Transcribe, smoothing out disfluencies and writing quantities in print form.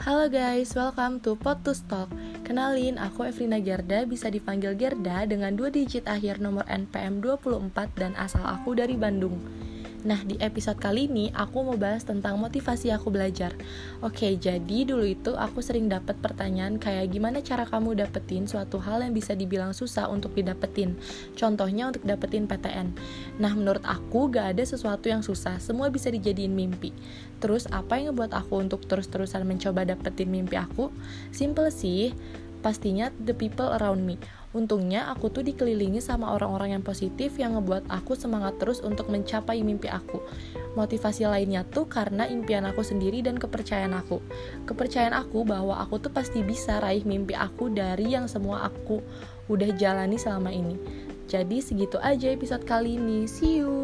Halo guys, welcome to Pod to Talk. Kenalin, aku Evelina Gerda, bisa dipanggil Gerda dengan 2 digit akhir nomor NPM 24 dan asal aku dari Bandung. Nah, di episode kali ini aku mau bahas tentang motivasi aku belajar. Oke, jadi dulu itu aku sering dapat pertanyaan kayak gimana cara kamu dapetin suatu hal yang bisa dibilang susah untuk didapetin. Contohnya untuk dapetin PTN. Nah, menurut aku gak ada sesuatu yang susah, semua bisa dijadiin mimpi. Terus apa yang ngebuat aku untuk terus-terusan mencoba dapetin mimpi aku? Simple sih, pastinya the people around me. Untungnya aku tuh dikelilingi sama orang-orang yang positif yang ngebuat aku semangat terus untuk mencapai mimpi aku. Motivasi lainnya tuh karena impian aku sendiri dan kepercayaan aku. Kepercayaan aku bahwa aku tuh pasti bisa raih mimpi aku dari yang semua aku udah jalani selama ini. Jadi segitu aja episode kali ini. See you!